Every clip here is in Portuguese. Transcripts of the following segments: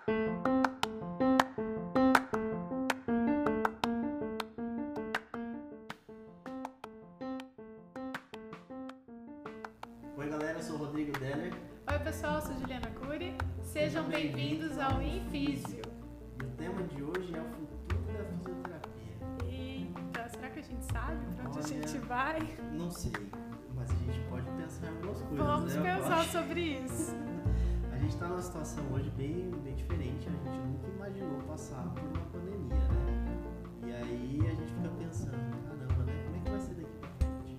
Oi galera, eu sou o Rodrigo Deller. Oi pessoal, eu sou Juliana Cury. Sejam bem-vindos ao Infísio. E o tema de hoje é o futuro da fisioterapia. Eita, será que a gente sabe pra onde a Olha, gente vai? Não sei, mas a gente pode pensar em algumas coisas. Vamos né? pensar sobre isso. A gente está numa situação hoje bem diferente. A gente nunca imaginou passar por uma pandemia, né? E aí a gente fica pensando, caramba, né? Como é que vai ser daqui pra frente?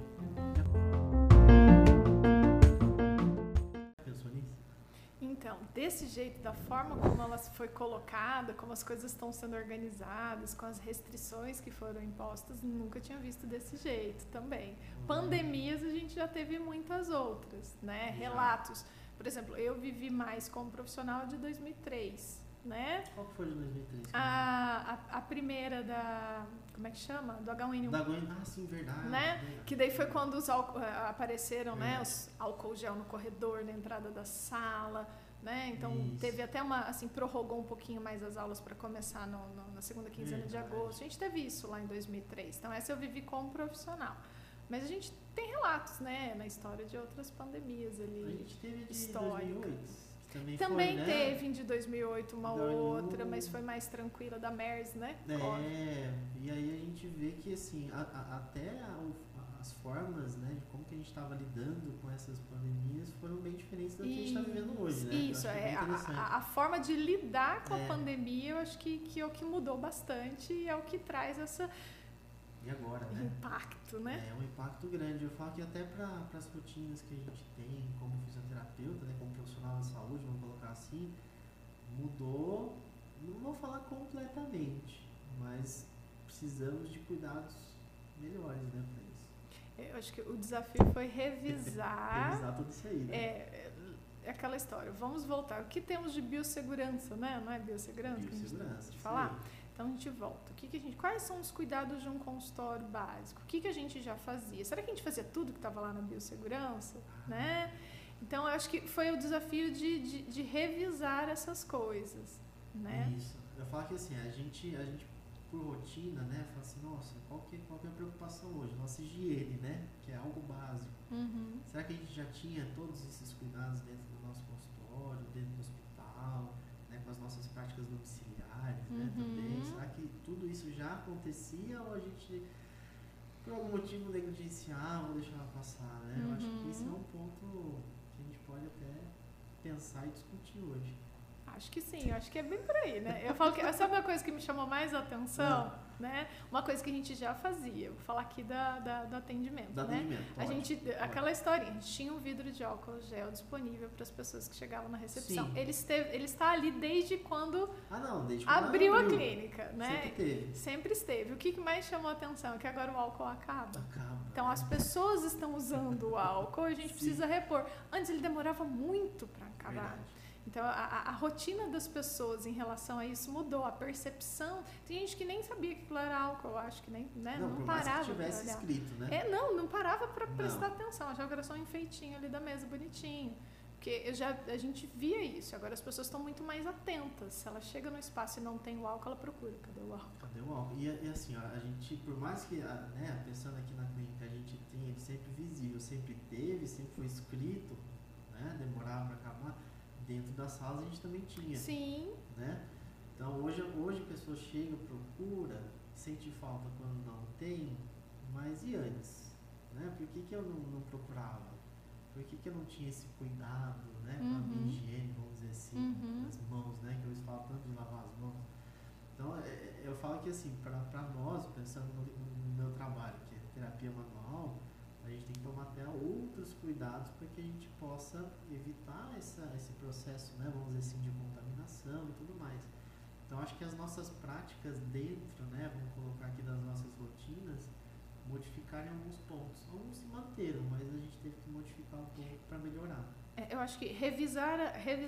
Já pensou nisso? Então, desse jeito, da forma como ela foi colocada, como as coisas estão sendo organizadas, com as restrições que foram impostas, nunca tinha visto desse jeito também. Pandemias a gente já teve muitas outras, né? Relatos. Por exemplo, eu vivi mais como profissional de 2003, né? Qual que foi de 2003? A primeira da... Como é que chama? Do H1N1. Da Gwen, sim, verdade. Né? Verdade. Que daí foi quando os apareceram, né? Verdade. Os álcool gel no corredor, na entrada da sala, né? Então Isso. teve até uma, assim, prorrogou um pouquinho mais as aulas para começar na segunda quinzena de Verdade. agosto. A gente teve isso lá em 2003. Então essa eu vivi como profissional. Mas a gente tem relatos, né? Na história de outras pandemias ali. A gente teve de histórica. 2008. Que Também foi, né? teve de 2008 uma Da outra, Anu. mas foi mais tranquila, da MERS, né? E aí a gente vê que assim, as formas, né, de como que a gente estava lidando com essas pandemias foram bem diferentes do que a gente está vivendo hoje, né? Isso, Eu acho que bem interessante. a forma de lidar com a É. pandemia, eu acho que é o que mudou bastante e é o que traz esse E agora, né? impacto, né? É um impacto grande. Eu falo que até para as rotinas que a gente tem como fisioterapeuta, né, como profissional de saúde, vamos colocar assim, mudou, não vou falar completamente, mas precisamos de cuidados melhores, né, para isso. Eu acho que o desafio foi revisar. Revisar tudo isso aí, né? É aquela história. Vamos voltar. O que temos de biossegurança, né? Não é biossegurança que a gente tem de falar? Então a gente volta. Quais são os cuidados de um consultório básico? O que a gente já fazia? Será que a gente fazia tudo que estava lá na biossegurança? Né? Então eu acho que foi o desafio de revisar essas coisas. Né? Isso. Eu falo que assim, a gente por rotina, né, fala assim, nossa, qual que é a preocupação hoje? Nossa higiene, né? Que é algo básico. Uhum. Será que a gente já tinha todos esses cuidados dentro do nosso consultório, dentro do hospital, né, com as nossas práticas domiciliares, né, também? Será que tudo isso já acontecia ou a gente, por algum motivo, negligenciava ou deixava passar, né? Eu acho que esse é um ponto que a gente pode até pensar e discutir hoje. Acho que sim, eu acho que é bem por aí, né? Eu falo que sabe uma coisa que me chamou mais a atenção, né? Uma coisa que a gente já fazia, vou falar aqui do atendimento, Do né? atendimento, Aquela historinha, a gente tinha um vidro de álcool gel disponível para as pessoas que chegavam na recepção. Sim. Ele está ali desde quando Desde quando abriu a clínica, né? Sempre teve. Sempre esteve. O que mais chamou a atenção é que agora o álcool acaba. Então né? as pessoas estão usando o álcool, a gente precisa repor. Antes ele demorava muito para acabar. Verdade. Então, a rotina das pessoas em relação a isso mudou, a percepção. Tem gente que nem sabia que aquilo era álcool, eu acho que nem, né, não parava. Por mais que tivesse escrito, né? Não parava para prestar atenção, achava que era só um enfeitinho ali da mesa, bonitinho. Porque a gente via isso, agora as pessoas estão muito mais atentas. Se ela chega no espaço e não tem o álcool, ela procura, cadê o álcool? Cadê o álcool? E assim, ó, a gente, por mais que, né, pensando aqui na clínica, a gente tem ele sempre visível, sempre teve, sempre foi escrito, né, demorava para acabar. Dentro das salas a gente também tinha. Sim. Né? Então hoje a pessoa chega, procura, sente falta quando não tem, mas e antes? Né? Por que eu não procurava? Por que eu não tinha esse cuidado, né, com a minha higiene, vamos dizer assim, das mãos, né? Que eu falo tanto de lavar as mãos. Então eu falo que assim, para nós, pensando no meu trabalho, que é terapia manual, a gente tem que tomar até outros cuidados para que a gente possa evitar esse processo, né, vamos dizer assim, de contaminação e tudo mais. Então, acho que as nossas práticas dentro, né, vamos colocar aqui das nossas rotinas, modificarem alguns pontos. Alguns se manteram, mas a gente teve que modificar um pouco para melhorar. Eu acho que revisar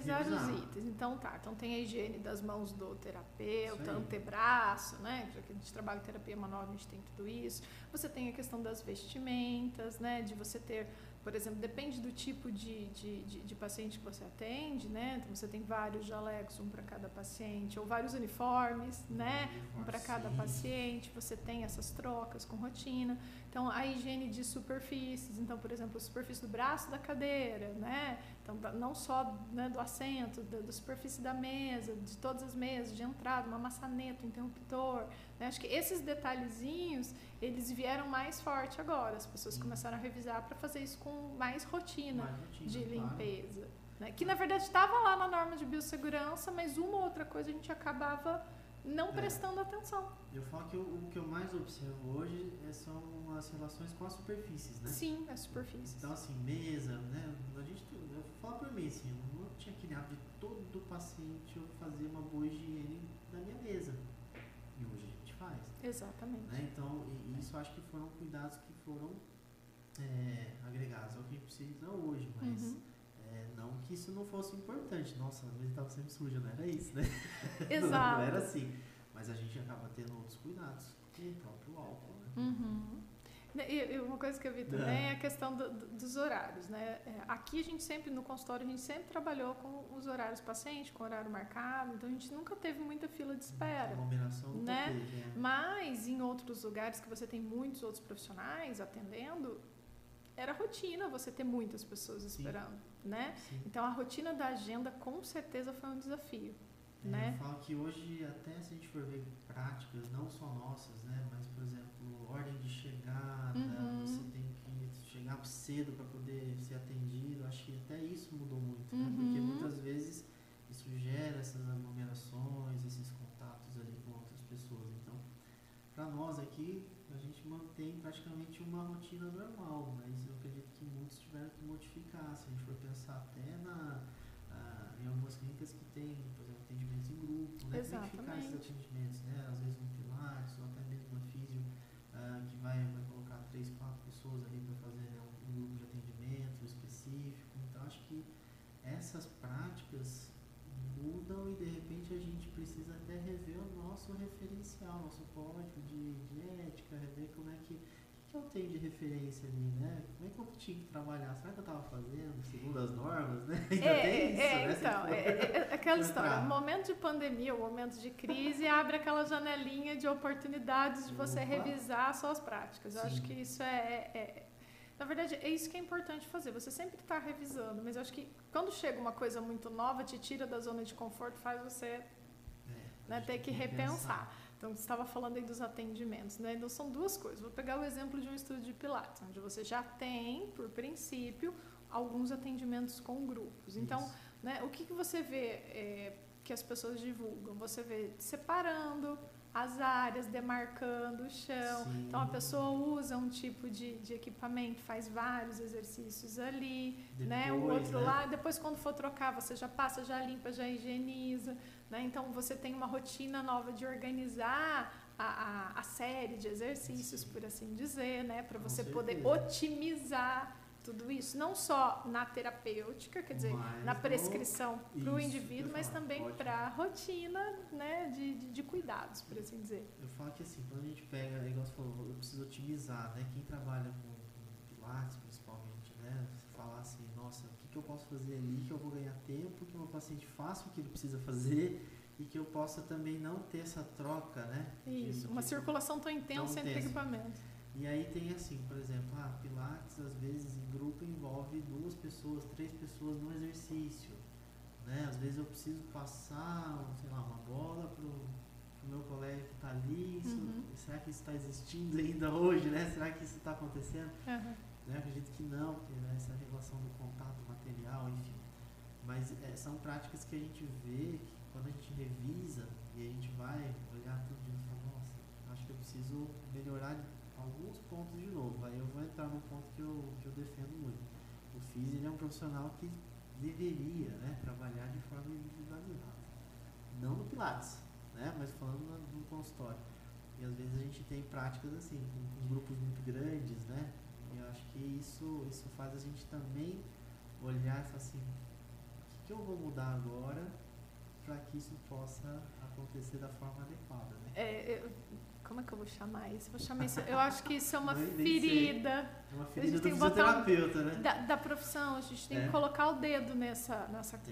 os itens. Então tem a higiene das mãos do terapeuta, antebraço, né? Já que a gente trabalha em terapia manual, a gente tem tudo isso. Você tem a questão das vestimentas, né? De você ter, por exemplo, depende do tipo de paciente que você atende, né? Então você tem vários jalecos, um para cada paciente, ou vários uniformes, né? Um para cada paciente, você tem essas trocas com rotina. Então a higiene de superfícies, então, por exemplo, a superfície do braço da cadeira, né? Então, não só, né, do assento, da superfície da mesa, de todas as mesas, de entrada, uma maçaneta, um interruptor, né? Acho que esses detalhezinhos, eles vieram mais forte agora. As pessoas começaram a revisar para fazer isso com mais rotina de limpeza. Claro. Né? Que, na verdade, estava lá na norma de biossegurança, mas uma ou outra coisa a gente acabava não prestando atenção. Eu falo que o que eu mais observo hoje são as relações com as superfícies, né? Sim, as superfícies. Então, assim, mesa, né? Eu falo por mim, assim, eu não tinha aquele hábito de todo paciente eu fazer uma boa higiene da minha mesa. E hoje a gente faz. Exatamente. Né? Então, isso acho que foram cuidados que foram agregados ao que a gente precisa hoje, mas não que isso não fosse importante. Nossa, a mesa estava sempre suja, não era isso, né? Exato. Não era assim. Mas a gente acaba tendo outros cuidados, que o próprio álcool, né? E uma coisa que eu vi também é a questão dos horários, né? Aqui a gente sempre, no consultório, a gente sempre trabalhou com os horários paciente, com horário marcado, então a gente nunca teve muita fila de espera. Aglomeração né? Teve, Mas em outros lugares que você tem muitos outros profissionais atendendo, era rotina você ter muitas pessoas esperando, né? Sim. Então a rotina da agenda com certeza foi um desafio. Né? Eu falo que hoje, até se a gente for ver práticas, não só nossas, né? Mas, por exemplo, ordem de chegada, você tem que chegar cedo para poder ser atendido. Acho que até isso mudou muito, né? Porque muitas vezes isso gera essas aglomerações, esses contatos ali com outras pessoas. Então, para nós aqui, a gente mantém praticamente uma rotina normal, mas eu acredito que muitos tiveram que modificar. Se a gente for pensar até em algumas clínicas que tem, por exemplo, atendimentos em grupo, né? Como é que ficar esses atendimentos, né? Às vezes no Pilates ou até mesmo na Físio, que vai colocar 3, 4 pessoas ali para fazer, né, um grupo de atendimento específico. Então, acho que essas práticas mudam e, de repente, a gente precisa até rever o nosso referencial, nosso código de ética, rever como é que eu tenho de referência ali, né? Como é que eu tinha que trabalhar? Será que eu estava fazendo segundo as normas, né? Ainda tem isso, né? Então, aquela história, momento de pandemia, o momento de crise, abre aquela janelinha de oportunidades de você revisar suas práticas. Eu acho que isso na verdade, é isso que é importante fazer. Você sempre está revisando, mas eu acho que quando chega uma coisa muito nova, te tira da zona de conforto, faz você ter que repensar. Então, você estava falando aí dos atendimentos, né? Então, são duas coisas. Vou pegar o exemplo de um estúdio de Pilates, onde você já tem, por princípio, alguns atendimentos com grupos. Então, né, o que você vê que as pessoas divulgam? Você vê separando as áreas, demarcando o chão. Sim. Então, a pessoa usa um tipo de equipamento, faz vários exercícios ali, depois, né? O outro lá, depois quando for trocar, você já passa, já limpa, já higieniza, né? Então, você tem uma rotina nova de organizar a série de exercícios, por assim dizer, né? Para você poder otimizar tudo isso, não só na terapêutica, quer dizer, na prescrição para o indivíduo, mas também para a rotina, né, de cuidados, por assim dizer. Eu falo que assim, quando a gente pega, igual você falou, eu preciso otimizar, né? Quem trabalha com Pilates, principalmente, né? Você falar assim, nossa, o que eu posso fazer ali que eu vou ganhar tempo, que o meu paciente faça o que ele precisa fazer e que eu possa também não ter essa troca, né? Isso, uma circulação tão intensa entre equipamentos. E aí tem assim, por exemplo, Pilates às vezes em grupo envolve 2 pessoas, 3 pessoas no exercício, né? Às vezes eu preciso passar, sei lá, uma bola pro meu colega que está ali, será que isso está existindo ainda hoje, né? Será que isso está acontecendo? Né? Eu acredito que não, porque essa relação do contato material, enfim. Mas são práticas que a gente vê, que quando a gente revisa e a gente vai olhar tudo e fala, nossa, acho que eu preciso melhorar alguns pontos de novo. Aí eu vou entrar num ponto que eu defendo muito. O FIS, ele é um profissional que deveria, né, trabalhar de forma individualizada. Não no Pilates, né, mas falando no consultório. E às vezes a gente tem práticas assim, com grupos muito grandes, né? E eu acho que isso faz a gente também olhar e falar assim, o que eu vou mudar agora para que isso possa acontecer da forma adequada, né? Como é que eu vou chamar isso? Eu acho que isso é uma ferida. É uma ferida do fisioterapeuta, né? Da profissão. A gente tem que colocar o dedo nessa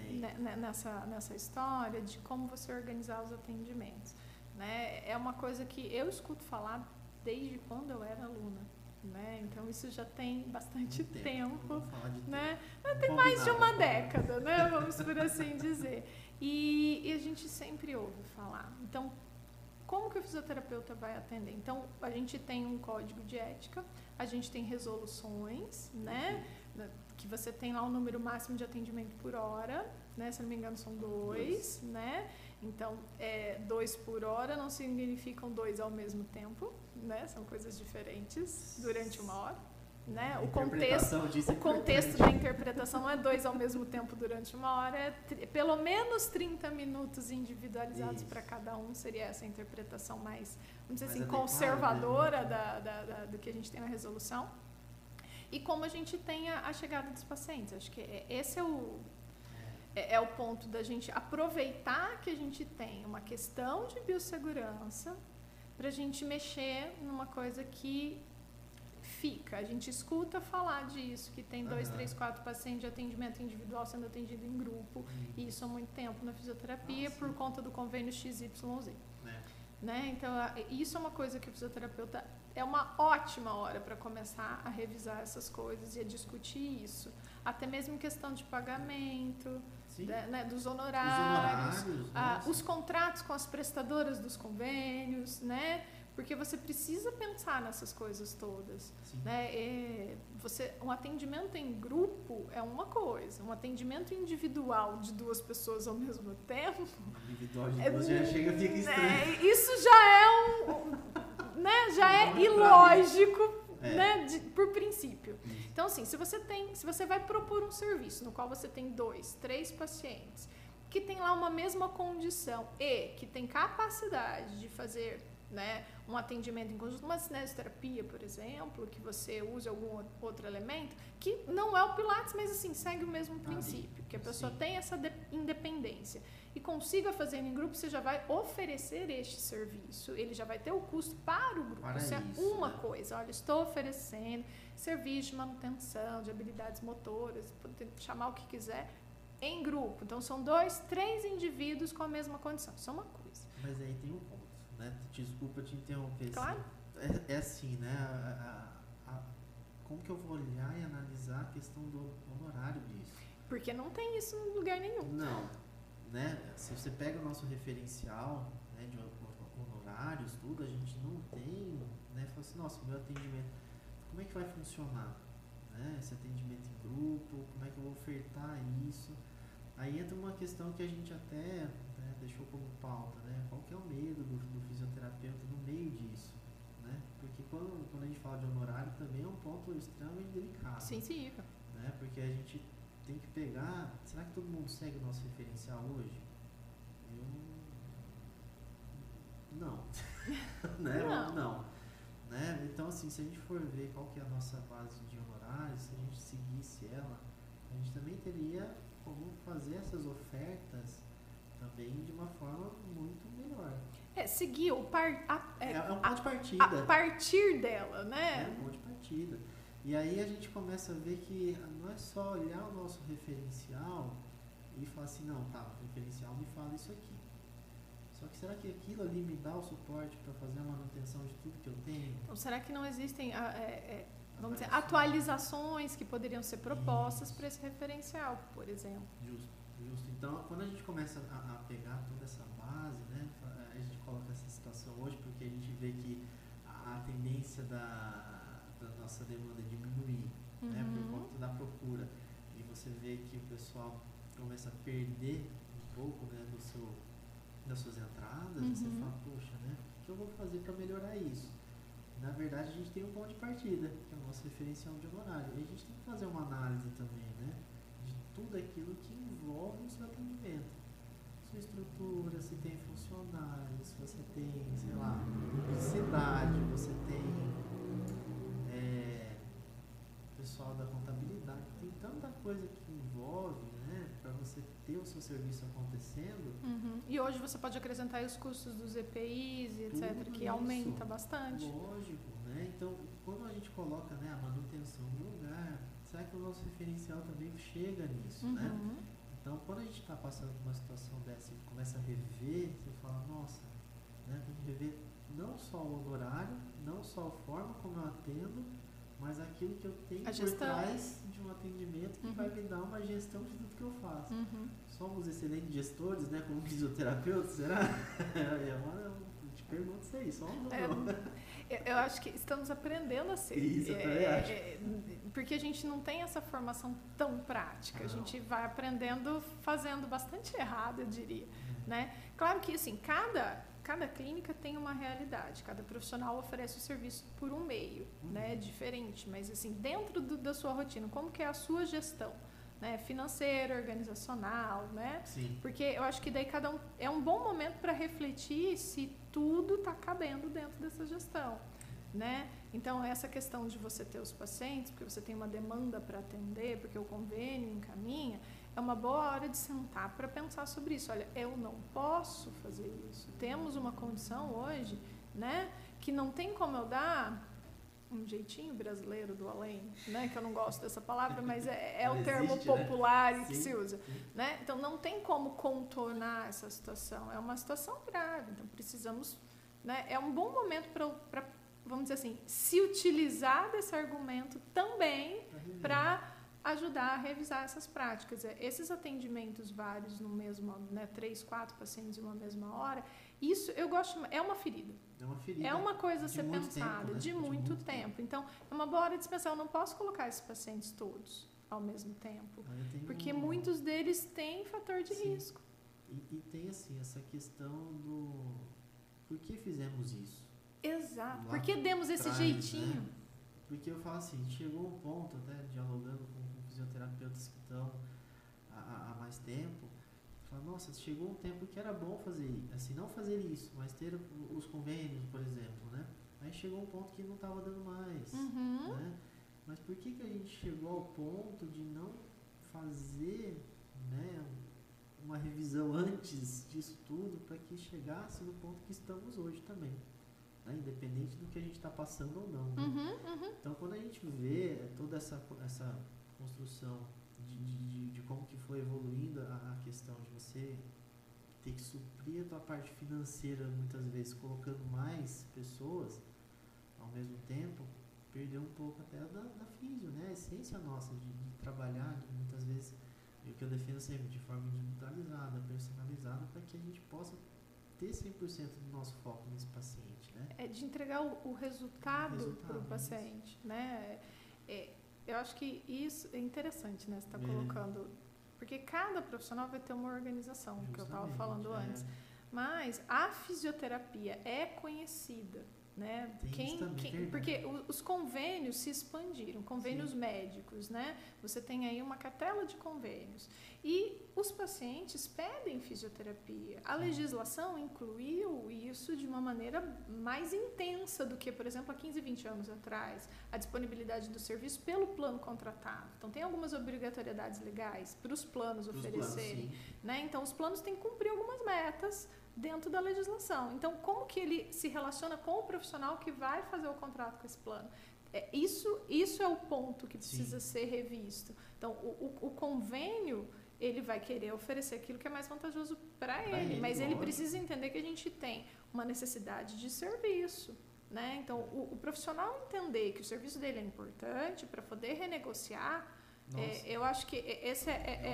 história de como você organizar os atendimentos. Né? É uma coisa que eu escuto falar desde quando eu era aluna. Né? Então isso já tem bastante tempo, né? Tem mais de uma década, né? Vamos por assim dizer. E a gente sempre ouve falar. Então, como que o fisioterapeuta vai atender? Então, a gente tem um código de ética, a gente tem resoluções, né? Que você tem lá um número máximo de atendimento por hora, né? Se não me engano, são 2, né? Então, 2 por hora não significam 2 ao mesmo tempo, né? São coisas diferentes durante uma hora. Né? O contexto da interpretação não é 2 ao mesmo tempo durante uma hora, é pelo menos 30 minutos individualizados para cada um, seria essa interpretação mais, vamos dizer assim, conservadora do que a gente tem na resolução. E como a gente tem a chegada dos pacientes. Acho que esse é o ponto da gente aproveitar que a gente tem uma questão de biossegurança para a gente mexer numa coisa que fica. A gente escuta falar disso, que tem 2, 3, 4 pacientes de atendimento individual sendo atendido em grupo, e isso há muito tempo na fisioterapia por conta do convênio XYZ. Né? Então, isso é uma coisa que o fisioterapeuta é uma ótima hora para começar a revisar essas coisas e a discutir isso. Até mesmo questão de pagamento, né, dos honorários, os contratos com as prestadoras dos convênios, né? Porque você precisa pensar nessas coisas todas. Né? Um atendimento em grupo é uma coisa, um atendimento individual de 2 pessoas ao mesmo tempo... Individual de 2 já chega e fica estranho. Isso já né, já é ilógico, né, por princípio. Então, assim, se você vai propor um serviço no qual você tem 2, 3 pacientes que tem lá uma mesma condição e que tem capacidade de fazer... Né, um atendimento em conjunto, uma cinesioterapia, por exemplo, que você use algum outro elemento, que não é o Pilates, mas assim, segue o mesmo princípio, que a pessoa tem essa independência e consiga fazer em grupo, você já vai oferecer este serviço, ele já vai ter o custo para o grupo. Isso é uma coisa. Olha, estou oferecendo serviço de manutenção, de habilidades motoras, pode chamar o que quiser, em grupo. Então, são 2, 3 indivíduos com a mesma condição. Isso é uma coisa. Mas aí tem um ponto. Né? Desculpa te interromper. Claro. Assim, né? Como que eu vou olhar e analisar a questão do honorário disso? Porque não tem isso em lugar nenhum. Não. Né? Se você pega o nosso referencial, né, de honorários, tudo, a gente não tem, né? Fala assim, nossa, meu atendimento, como é que vai funcionar? Né? Esse atendimento em grupo, como é que eu vou ofertar isso? Aí entra uma questão que a gente até deixou como pauta, né? Qual que é o medo do fisioterapeuta no meio disso, né? Porque quando a gente fala de honorário também é um ponto extremamente delicado. Sensível. Né? Porque a gente tem que pegar... Será que todo mundo segue o nosso referencial hoje? Não. Né? Não. Né? Então, assim, se a gente for ver qual que é a nossa base de honorários, se a gente seguisse ela, a gente também teria como fazer essas ofertas também de uma forma muito melhor. Seguir é um ponto de partida. A partir dela, né? É um ponto de partida. E aí a gente começa a ver que não é só olhar o nosso referencial e falar assim, não, tá, o referencial me fala isso aqui. Só que será que aquilo ali me dá o suporte para fazer a manutenção de tudo que eu tenho? Então, será que não existem vamos dizer, atualizações que poderiam ser propostas para esse referencial, por exemplo? Justo. Então, quando a gente começa a pegar toda essa base, né, a gente coloca essa situação hoje porque a gente vê que a tendência da nossa demanda diminuir, né, por conta da procura. E você vê que o pessoal começa a perder um pouco, né, das suas entradas, e você fala, poxa, né, o que eu vou fazer para melhorar isso? Na verdade, a gente tem um ponto de partida, que é o nosso referencial de honorário. E a gente tem que fazer uma análise também, né, de tudo aquilo que envolve o seu atendimento. Sua estrutura, se tem funcionários, se você tem, sei lá, publicidade, você tem pessoal da contabilidade, tem tanta coisa que envolve, né, para você você ter o seu serviço acontecendo. E hoje você pode acrescentar os custos dos EPIs, etc., que aumenta bastante. Lógico, né? Então, quando a gente coloca, né, a manutenção no lugar, será que o nosso referencial também chega nisso, né? Então, quando a gente está passando por uma situação dessa e começa a rever, você fala, nossa, né, tem que rever não só o horário, não só a forma como eu atendo, mas aquilo que eu tenho por trás de um atendimento que vai me dar uma gestão de tudo que eu faço. Somos excelentes gestores, né, como fisioterapeutas, será? Eu te pergunto isso aí, só um eu acho que estamos aprendendo a ser. Isso, eu também acho. Porque a gente não tem essa formação tão prática. A gente vai aprendendo fazendo bastante errado, eu diria. Né? Claro que, assim, cada clínica tem uma realidade. Cada profissional oferece o serviço por um meio, né? Diferente. Mas, assim, dentro da sua rotina, como que é a sua gestão? Né? Financeira, organizacional, né? Sim. Porque eu acho que daí cada um... É um bom momento para refletir se tudo está cabendo dentro dessa gestão, né? Então, essa questão de você ter os pacientes, porque você tem uma demanda para atender, porque o convênio encaminha, é uma boa hora de sentar para pensar sobre isso. Olha, eu não posso fazer isso. Temos uma condição hoje, né, que não tem como eu dar um jeitinho brasileiro do além, né, que eu não gosto dessa palavra, mas é o termo existe, popular, né? Que Sim. se usa, né? Então, não tem como contornar essa situação. É uma situação grave. Então, precisamos, né, é um bom momento para, vamos dizer assim, se utilizar desse argumento também para ajudar a revisar essas práticas. Esses atendimentos vários no mesmo, né, 3, 4 pacientes em uma mesma hora, isso eu gosto, é uma ferida. É uma ferida. É uma coisa a ser tempo, pensada, né? de muito tempo. Então, é uma boa hora de pensar, eu não posso colocar esses pacientes todos ao mesmo tempo, porque muitos deles têm fator de risco. E tem, assim, essa questão do por que fizemos isso? Exato. Por que demos esse jeitinho? Né? Porque eu falo assim, chegou um ponto, até dialogando com fisioterapeutas que estão há mais tempo, fala, nossa, chegou um tempo que era bom fazer, assim, não fazer isso, mas ter os convênios, por exemplo, né? Aí chegou um ponto que não estava dando mais, né? Mas por que a gente chegou ao ponto de não fazer, né, uma revisão antes disso tudo para que chegasse no ponto que estamos hoje também? Né? Independente do que a gente está passando ou não. Né? Então, quando a gente vê toda essa construção de como que foi evoluindo a questão de você ter que suprir a tua parte financeira, muitas vezes colocando mais pessoas ao mesmo tempo, perdeu um pouco até da físio, né? A essência nossa de trabalhar, muitas vezes, o que eu defendo sempre, de forma individualizada, personalizada, para que a gente possa ter 100% do nosso foco nesse paciente, né? É de entregar o resultado para o paciente, né? Eu acho que isso é interessante, né? Você está colocando... Porque cada profissional vai ter uma organização, justamente, que eu estava falando antes. Mas a fisioterapia é conhecida, né? Porque os convênios se expandiram, convênios médicos, né? Você tem aí uma cartela de convênios. E os pacientes pedem fisioterapia. A legislação incluiu isso de uma maneira mais intensa do que, por exemplo, há 15, 20 anos atrás. A disponibilidade do serviço pelo plano contratado. Então, tem algumas obrigatoriedades legais para os planos oferecerem. Né? Então, os planos têm que cumprir algumas metas dentro da legislação. Então, como que ele se relaciona com o profissional que vai fazer o contrato com esse plano? Isso é o ponto que precisa ser revisto. Então, o convênio, ele vai querer oferecer aquilo que é mais vantajoso para ele, mas ele precisa entender que a gente tem uma necessidade de serviço. Né? Então, o profissional entender que o serviço dele é importante para poder renegociar, eu acho que esse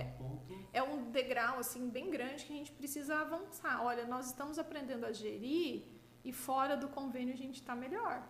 é um degrau assim, bem grande que a gente precisa avançar. Olha, nós estamos aprendendo a gerir e fora do convênio a gente está melhor.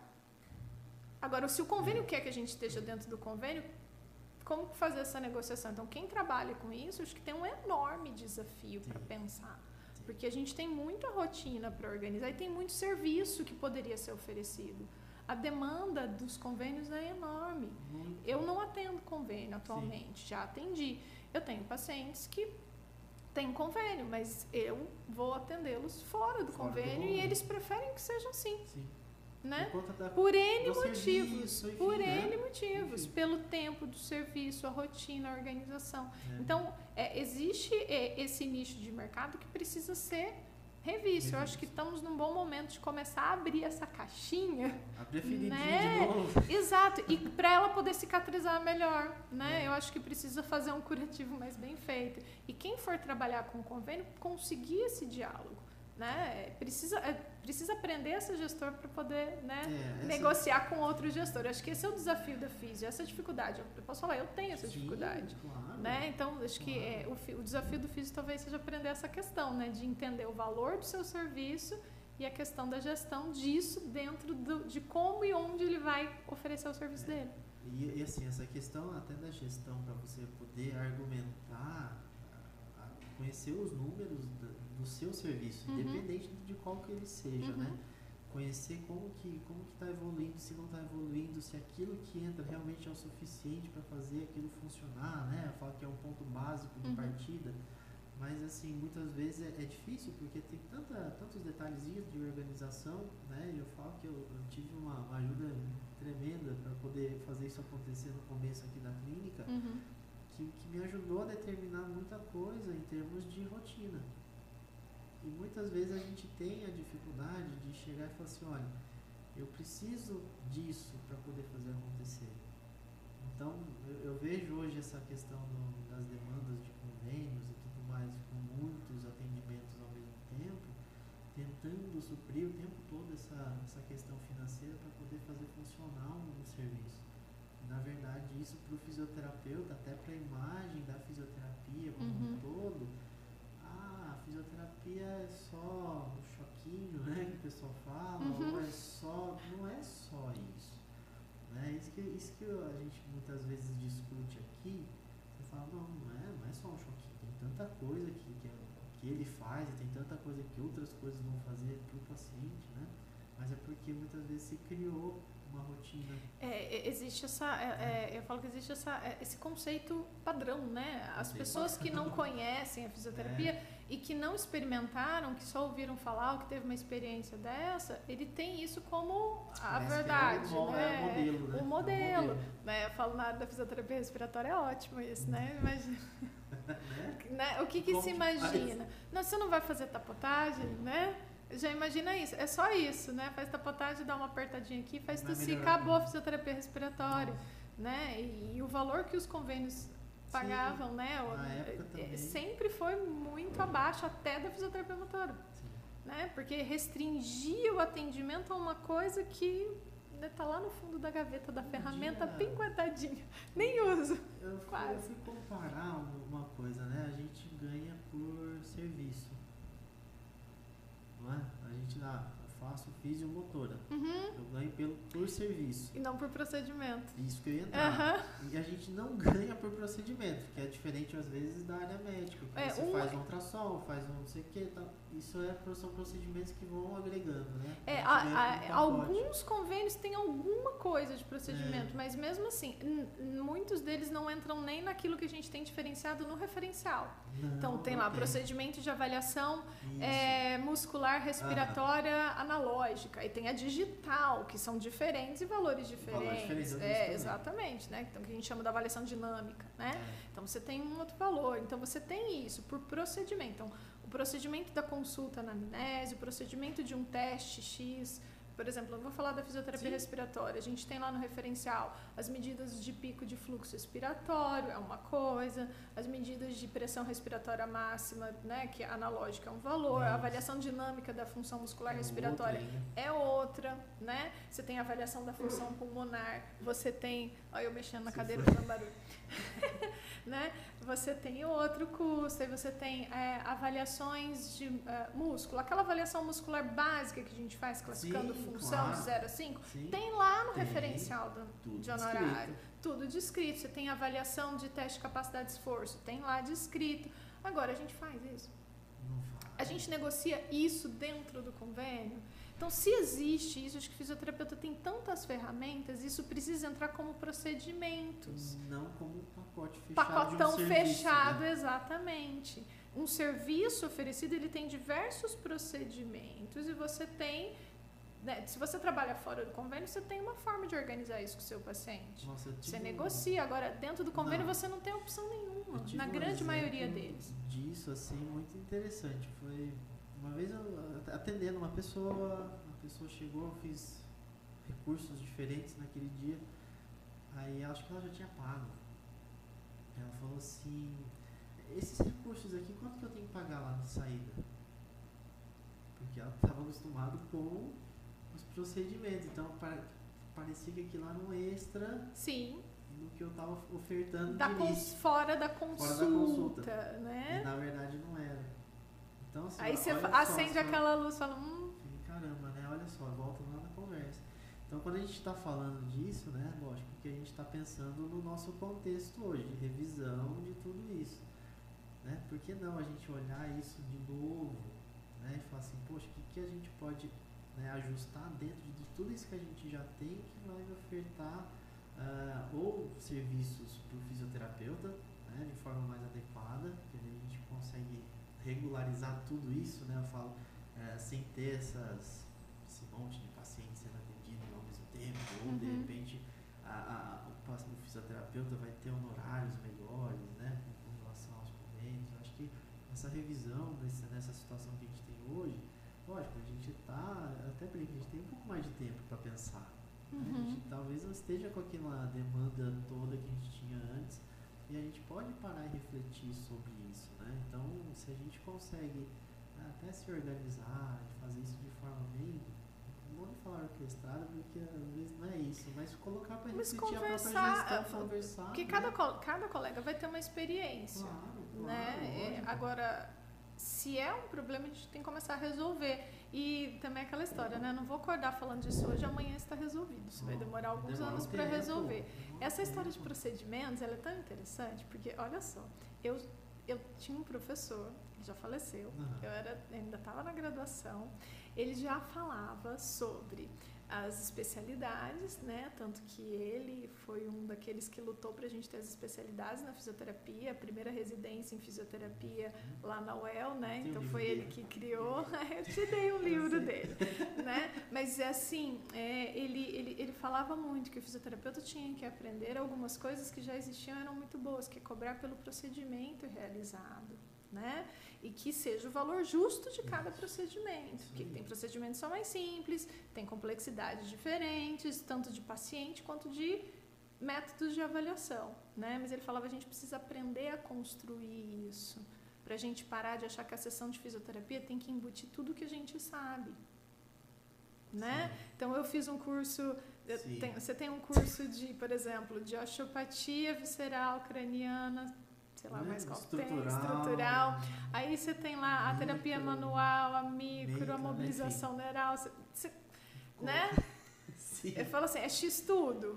Agora, se o convênio quer que a gente esteja dentro do convênio, como fazer essa negociação? Então, quem trabalha com isso, acho que tem um enorme desafio para pensar. Porque a gente tem muita rotina para organizar e tem muito serviço que poderia ser oferecido. A demanda dos convênios é enorme. Eu não atendo convênio atualmente, já atendi. Eu tenho pacientes que têm convênio, mas eu vou atendê-los fora do convênio e eles preferem que seja assim. né? Por N motivos. Por N motivos. Pelo tempo do serviço, a rotina, a organização. Então, existe esse nicho de mercado que precisa ser revisto. Eu acho que estamos num bom momento de começar a abrir essa caixinha. Abrir a feridinha de novo. Exato. E para ela poder cicatrizar melhor, né? Eu acho que precisa fazer um curativo mais bem feito. E quem for trabalhar com convênio, conseguir esse diálogo, né? Precisa aprender essa gestor para poder, né, negociar com outro gestor. Eu acho que esse é o desafio da Físio, essa dificuldade. Eu posso falar, eu tenho essa dificuldade. Claro. Né? Então, acho que o desafio do Físio talvez seja aprender essa questão, né, de entender o valor do seu serviço e a questão da gestão disso dentro de como e onde ele vai oferecer o serviço dele. E assim, essa questão até da gestão, para você poder argumentar, conhecer os números do seu serviço, independente de qual que ele seja, né? Conhecer como que está evoluindo, se não está evoluindo, se aquilo que entra realmente é o suficiente para fazer aquilo funcionar, né? Eu falo que é um ponto básico de partida, mas assim, muitas vezes é difícil porque tem tantos detalhezinhos de organização, né? E eu falo que eu tive uma ajuda tremenda para poder fazer isso acontecer no começo aqui da clínica, que me ajudou a determinar muita coisa em termos de rotina. E muitas vezes a gente tem a dificuldade de chegar e falar assim, olha, eu preciso disso para poder fazer acontecer. Então, eu vejo hoje essa questão das demandas de convênios e tudo mais, com muitos atendimentos ao mesmo tempo, tentando suprir o tempo todo essa questão financeira para poder fazer funcionar um serviço. Na verdade, isso para o fisioterapeuta, até para a imagem da fisioterapia como um todo, a fisioterapia é só um choquinho, né, que o pessoal fala, ou não é só isso. Né? Isso que a gente muitas vezes discute aqui, você fala, não é só um choquinho, tem tanta coisa que ele faz, e tem tanta coisa que outras coisas vão fazer para o paciente, né? Mas é porque muitas vezes se criou uma rotina. Existe eu falo que existe esse conceito padrão, né? As pessoas que não conhecem a fisioterapia e que não experimentaram, que só ouviram falar, ou que teve uma experiência dessa, ele tem isso como a verdade, né? O modelo. Né? Eu falo na área da fisioterapia respiratória, é ótimo isso, né? Imagina. Né? O que se imagina? Não, você não vai fazer tapotagem, né? Já imagina isso, é só isso, né? Faz tapotagem, dá uma apertadinha aqui, faz tossir, acabou a fisioterapia respiratória, né? E o valor que os convênios pagavam, né? Sempre foi muito abaixo até da fisioterapia motora, né? Porque restringia o atendimento a uma coisa que está lá no fundo da gaveta da ferramenta, bem guardadinha, nem uso. Eu fui comparar uma coisa, né? A gente ganha por serviço. Não é? A gente faço fisiomotora. Eu ganho por serviço. E não por procedimento. Isso que eu ia entrar. E a gente não ganha por procedimento, que é diferente às vezes da área médica. Que você faz um ultrassom, faz um não sei o que. Tá? Isso são procedimentos que vão agregando, né? Alguns convênios têm alguma coisa de procedimento, mas mesmo assim, muitos deles não entram nem naquilo que a gente tem diferenciado no referencial. Então tem lá procedimento de avaliação muscular respiratória analógica, e tem a digital, que são diferentes e valores diferentes. Exatamente, né? Então que a gente chama da avaliação dinâmica, né? Então você tem um outro valor, então você tem isso por procedimento. Então, o procedimento da consulta na anamnese, o procedimento de um teste X. Por exemplo, eu vou falar da fisioterapia respiratória. A gente tem lá no referencial as medidas de pico de fluxo respiratório, é uma coisa, as medidas de pressão respiratória máxima, né, que é analógica, é um valor, a avaliação dinâmica da função muscular respiratória é outra, né? Você tem a avaliação da função pulmonar, você tem, olha eu mexendo na cadeira fazendo barulho. Né? Você tem outro custo, aí você tem avaliações de músculo, aquela avaliação muscular básica que a gente faz classificando função de 0 a 5, tem lá no referencial de honorário, tudo descrito. Você tem avaliação de teste de capacidade de esforço, tem lá descrito. Agora, a gente faz isso? Não faz. A gente negocia isso dentro do convênio? Então, se existe isso, acho que o fisioterapeuta tem tantas ferramentas, isso precisa entrar como procedimentos. Não como um pacote fechado. Pacotão de um serviço, fechado, né? Exatamente. Um serviço oferecido, ele tem diversos procedimentos e você tem né, se você trabalha fora do convênio, você tem uma forma de organizar isso com o seu paciente. Nossa, você negocia. Agora, dentro do convênio, você não tem opção nenhuma, na grande maioria deles. Disso, assim, muito interessante. Foi uma vez eu atendendo uma pessoa, a pessoa chegou, eu fiz recursos diferentes naquele dia, aí acho que ela já tinha pago. Ela falou assim, esses recursos aqui, quanto que eu tenho que pagar lá de saída? Porque ela estava acostumada com os procedimentos, então parecia que aquilo era um extra. Sim. Do que eu estava ofertando de início. Fora da consulta, né? E na verdade não era. Então, assim, aí você acende aquela luz e fala, caramba, né? Olha só, volta lá na conversa. Então, quando a gente está falando disso, né? Lógico que a gente está pensando no nosso contexto hoje, de revisão de tudo isso. Né? Por que não a gente olhar isso de novo, né? E falar assim, poxa, o que a gente pode, né, ajustar dentro de tudo isso que a gente já tem que vai ofertar ou serviços para o fisioterapeuta, né, de forma mais adequada, que a gente consegue regularizar tudo isso, né? Eu falo, sem ter esse monte de pacientes sendo atendidos ao mesmo tempo, ou de repente o fisioterapeuta vai ter honorários melhores, né, com relação aos convênios. Eu acho que essa revisão nessa situação que a gente tem hoje, lógico, a gente até brinca, a gente tem um pouco mais de tempo para pensar. A gente talvez não esteja com aquela demanda toda que a gente tinha antes, e a gente pode parar e refletir sobre isso, né? Então, se a gente consegue até se organizar e fazer isso de forma bem, não vou falar orquestrada, porque às vezes não é isso, mas colocar para refletir a própria gestão, conversar. Porque né? cada colega vai ter uma experiência, né? Agora, se é um problema, a gente tem que começar a resolver. E também aquela história, né? Não vou acordar falando disso hoje, amanhã está resolvido. Isso vai demorar alguns anos para resolver. Essa história de procedimentos, ela é tão interessante, porque, olha só, eu tinha um professor, ele já faleceu, ainda estava na graduação, ele já falava sobre as especialidades, né? Tanto que ele foi um daqueles que lutou para a gente ter as especialidades na fisioterapia, a primeira residência em fisioterapia lá na UEL, né? Então foi ele que criou. Eu te dei um livro dele, né? Mas assim, ele falava muito que o fisioterapeuta tinha que aprender algumas coisas que já existiam, eram muito boas, que é cobrar pelo procedimento realizado, né? E que seja o valor justo de cada procedimento, porque tem procedimentos que são mais simples, tem complexidades diferentes, tanto de paciente quanto de métodos de avaliação, né? Mas ele falava, a gente precisa aprender a construir isso, para a gente parar de achar que a sessão de fisioterapia tem que embutir tudo que a gente sabe, né? Sim. Então eu fiz um curso, você tem um curso de, por exemplo, de osteopatia visceral craniana, sei lá, mais qual estrutural. Aí você tem lá a terapia manual, a micro, a mobilização neural, né? Sim. Eu falo assim, é X tudo.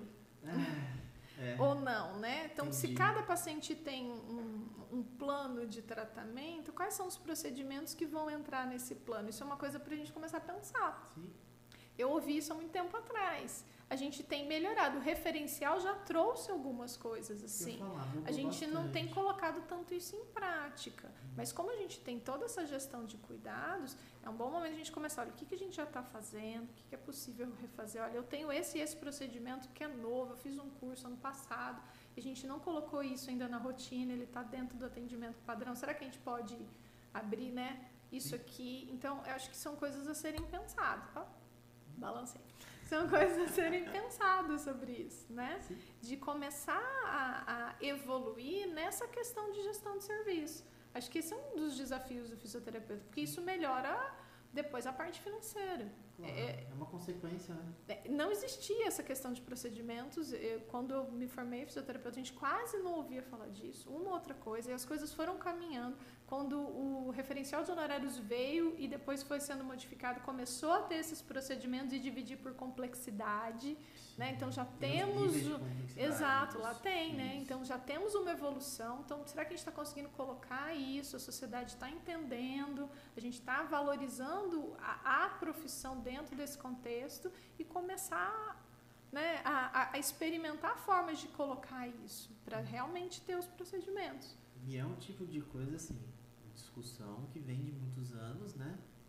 Ou não, né? Então, se cada paciente tem um plano de tratamento, quais são os procedimentos que vão entrar nesse plano? Isso é uma coisa para a gente começar a pensar. Sim. Eu ouvi isso há muito tempo atrás. A gente tem melhorado. O referencial já trouxe algumas coisas assim. A gente não tem colocado tanto isso em prática. Mas como a gente tem toda essa gestão de cuidados, é um bom momento a gente começar. Olha, o que a gente já está fazendo? O que é possível refazer? Olha, eu tenho esse procedimento que é novo. Eu fiz um curso ano passado. E a gente não colocou isso ainda na rotina. Ele está dentro do atendimento padrão. Será que a gente pode abrir, né, isso aqui? Então, eu acho que são coisas a serem pensadas. Ó, balancei. São coisas a serem pensadas sobre isso, né? Sim. De começar a evoluir nessa questão de gestão de serviço. Acho que esse é um dos desafios do fisioterapeuta, porque isso melhora depois a parte financeira. Claro, é uma consequência, né? Não existia essa questão de procedimentos. Quando eu me formei fisioterapeuta, a gente quase não ouvia falar disso. Uma outra coisa, e as coisas foram caminhando. Quando o referencial de honorários veio e depois foi sendo modificado, começou a ter esses procedimentos e dividir por complexidade, né? Então já temos... Exato, lá tem, né? Então já temos uma evolução. Então, será que a gente está conseguindo colocar isso? A sociedade está entendendo, a gente está valorizando a profissão dentro desse contexto e começar, né, a experimentar formas de colocar isso para realmente ter os procedimentos. E é um tipo de coisa assim, discussão que vem de muitos anos, né?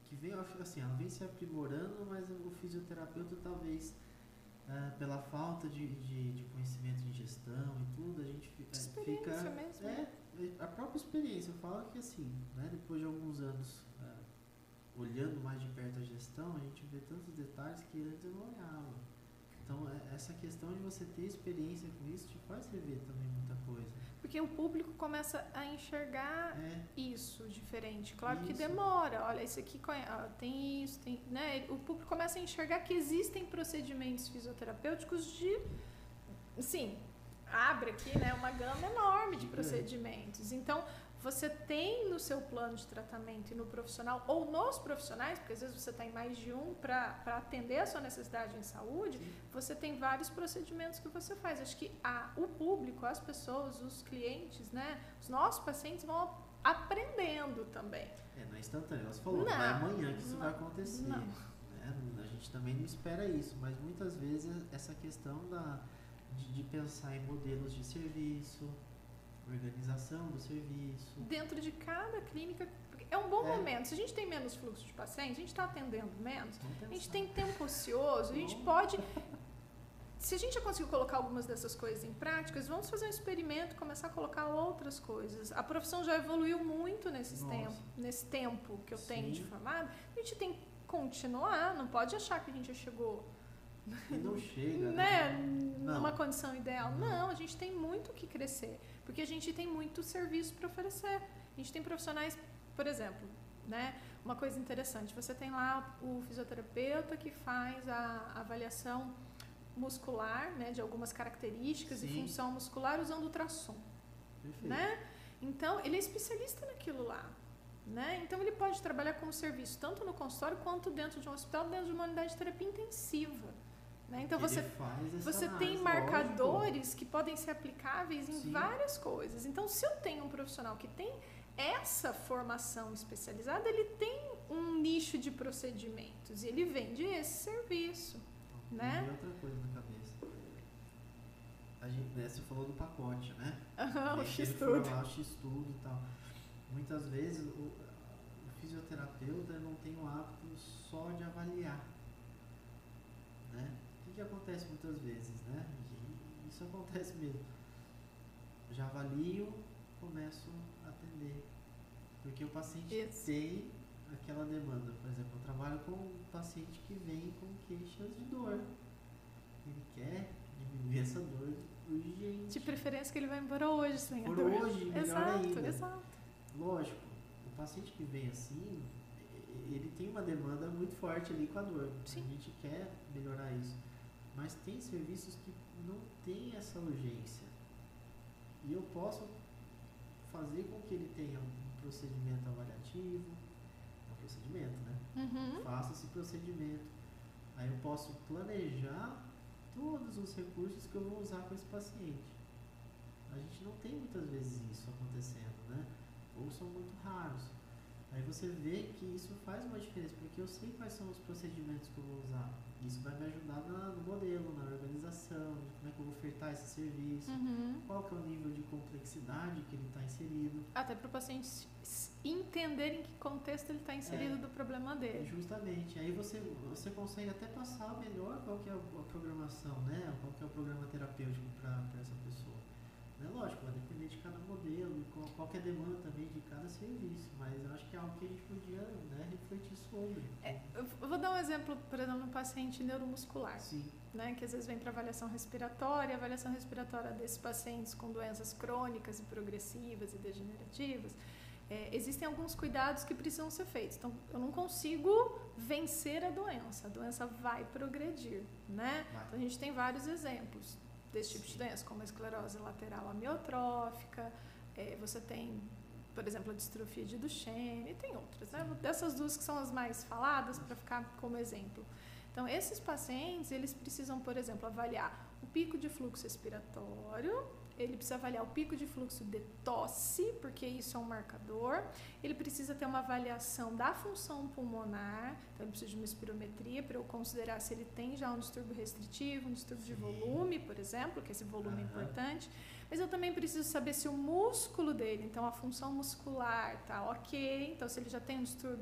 que vem, assim, ela vem se aprimorando, mas o fisioterapeuta talvez, pela falta de conhecimento de gestão e tudo, a gente experiência mesmo. A própria experiência. Eu falo que assim, né, depois de alguns anos olhando mais de perto a gestão, a gente vê tantos detalhes que antes eu não olhava. Então, essa questão de você ter experiência com isso te faz rever também muita coisa. Porque o público começa a enxergar isso diferente. Claro que demora. Olha, isso aqui tem isso, tem, né? O público começa a enxergar que existem procedimentos fisioterapeúticos assim, abre aqui, né, uma gama enorme de procedimentos. Então, você tem no seu plano de tratamento e no profissional, ou nos profissionais, porque às vezes você está em mais de um para atender a sua necessidade em saúde, você tem vários procedimentos que você faz. Acho que o público, as pessoas, os clientes, né, os nossos pacientes vão aprendendo também. Não é instantâneo, você falou, não é amanhã que isso vai acontecer. Né? A gente também não espera isso, mas muitas vezes essa questão de pensar em modelos de serviço, organização do serviço. Dentro de cada clínica, é um bom momento. Se a gente tem menos fluxo de pacientes, a gente está atendendo menos, a gente tem tempo ocioso, a gente pode... Se a gente já conseguiu colocar algumas dessas coisas em práticas, vamos fazer um experimento, começar a colocar outras coisas. A profissão já evoluiu muito nesse tempo que eu tenho de formado. A gente tem que continuar, não pode achar que a gente já chegou... E não chega, né? Numa condição ideal. Não, a gente tem muito o que crescer, porque a gente tem muito serviço para oferecer. A gente tem profissionais, por exemplo, né? Uma coisa interessante, você tem lá o fisioterapeuta que faz a avaliação muscular, né, de algumas características e função muscular usando ultrassom. Perfeito. Né? Então, ele é especialista naquilo lá. Né? Então, ele pode trabalhar como serviço tanto no consultório quanto dentro de um hospital, dentro de uma unidade de terapia intensiva. Né? Então, você tem marcadores que podem ser aplicáveis em várias coisas. Então, se eu tenho um profissional que tem essa formação especializada, ele tem um nicho de procedimentos e ele vende esse serviço. Né? E outra coisa na cabeça. A gente, você falou do pacote, né? O X-Tudo. O X-Tudo e tal. Muitas vezes o fisioterapeuta não tem o hábito só de avaliar. Né? O que acontece muitas vezes, né? E isso acontece mesmo. Já avalio, começo a atender. Porque o paciente tem aquela demanda. Por exemplo, eu trabalho com um paciente que vem com queixas de dor. Ele quer diminuir essa dor urgente. De preferência que ele vai embora hoje, sem a dor. Por hoje, melhor ainda. Exato. Lógico, o paciente que vem assim, ele tem uma demanda muito forte ali com a dor. Sim. A gente quer melhorar isso. Mas tem serviços que não tem essa urgência. E eu posso fazer com que ele tenha um procedimento avaliativo. É um procedimento, né? Uhum. Faço esse procedimento. Aí eu posso planejar todos os recursos que eu vou usar com esse paciente. A gente não tem muitas vezes isso acontecendo, né? Ou são muito raros. Aí você vê que isso faz uma diferença, porque eu sei quais são os procedimentos que eu vou usar. Isso vai me ajudar no modelo, na organização, de como é que eu vou ofertar esse serviço, qual que é o nível de complexidade que ele está inserido. Até para o paciente entender em que contexto ele está inserido do problema dele. Justamente. Aí você consegue até passar melhor qual que é a programação, né? Qual que é o programa terapêutico para essa pessoa. Né? Lógico, vai depender de cada modelo e qual que é a demanda também de cada serviço, mas eu acho que é algo que a gente podia, né, refletir sobre. Eu vou dar um exemplo, por exemplo, um paciente neuromuscular, Sim. Né, que às vezes vem para avaliação respiratória. A avaliação respiratória desses pacientes com doenças crônicas e progressivas e degenerativas, existem alguns cuidados que precisam ser feitos. Então, eu não consigo vencer a doença vai progredir, né? Então, a gente tem vários exemplos desse tipo de doença, como a esclerose lateral amiotrófica, você tem, por exemplo, a distrofia de Duchenne, e tem outras, né? Dessas duas que são as mais faladas, para ficar como exemplo. Então, esses pacientes, eles precisam, por exemplo, avaliar o pico de fluxo respiratório, ele precisa avaliar o pico de fluxo de tosse, porque isso é um marcador. Ele precisa ter uma avaliação da função pulmonar, então ele precisa de uma espirometria para eu considerar se ele tem já um distúrbio restritivo, um distúrbio de volume, por exemplo, que esse volume é importante. Mas eu também preciso saber se o músculo dele, então a função muscular, tá ok. Então, se ele já tem um distúrbio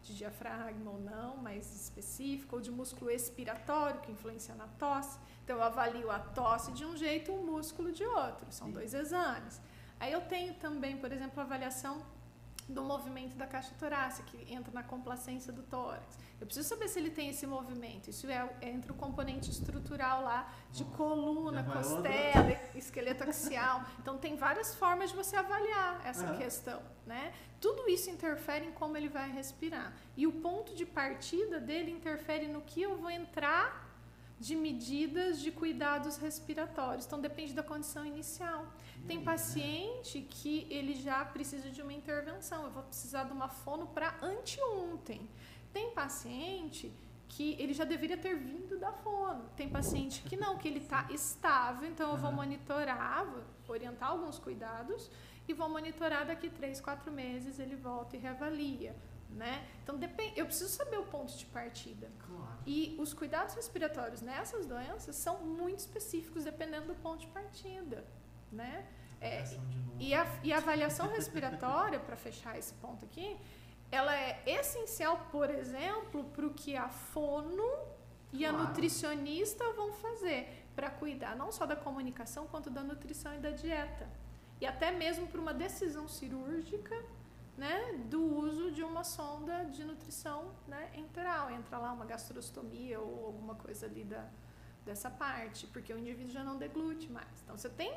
de diafragma ou não, mais específica, ou de músculo expiratório, que influencia na tosse. Então, eu avalio a tosse de um jeito e o músculo de outro. São 2 exames. Aí eu tenho também, por exemplo, a avaliação do movimento da caixa torácica, que entra na complacência do tórax. Eu preciso saber se ele tem esse movimento. Isso entra o componente estrutural lá, de coluna, costela, esqueleto axial. Então, tem várias formas de você avaliar essa questão, né? Tudo isso interfere em como ele vai respirar. E o ponto de partida dele interfere no que eu vou entrar de medidas de cuidados respiratórios. Então, depende da condição inicial. Tem paciente que ele já precisa de uma intervenção. Eu vou precisar de uma fono para anteontem. Tem paciente que ele já deveria ter vindo da fono. Tem paciente que não, que ele está estável. Então, eu vou monitorar, vou orientar alguns cuidados e vou monitorar daqui 3, 4 meses, ele volta e reavalia. Né? Então, eu preciso saber o ponto de partida. Claro. E os cuidados respiratórios nessas doenças são muito específicos, dependendo do ponto de partida. Né? E a avaliação respiratória, para fechar esse ponto aqui, ela é essencial, por exemplo, para o que a fono e a nutricionista vão fazer para cuidar não só da comunicação, quanto da nutrição e da dieta. E até mesmo para uma decisão cirúrgica, né, do uso de uma sonda de nutrição, né, enteral. Entra lá uma gastrostomia ou alguma coisa ali dessa parte, porque o indivíduo já não deglute mais. Então, você tem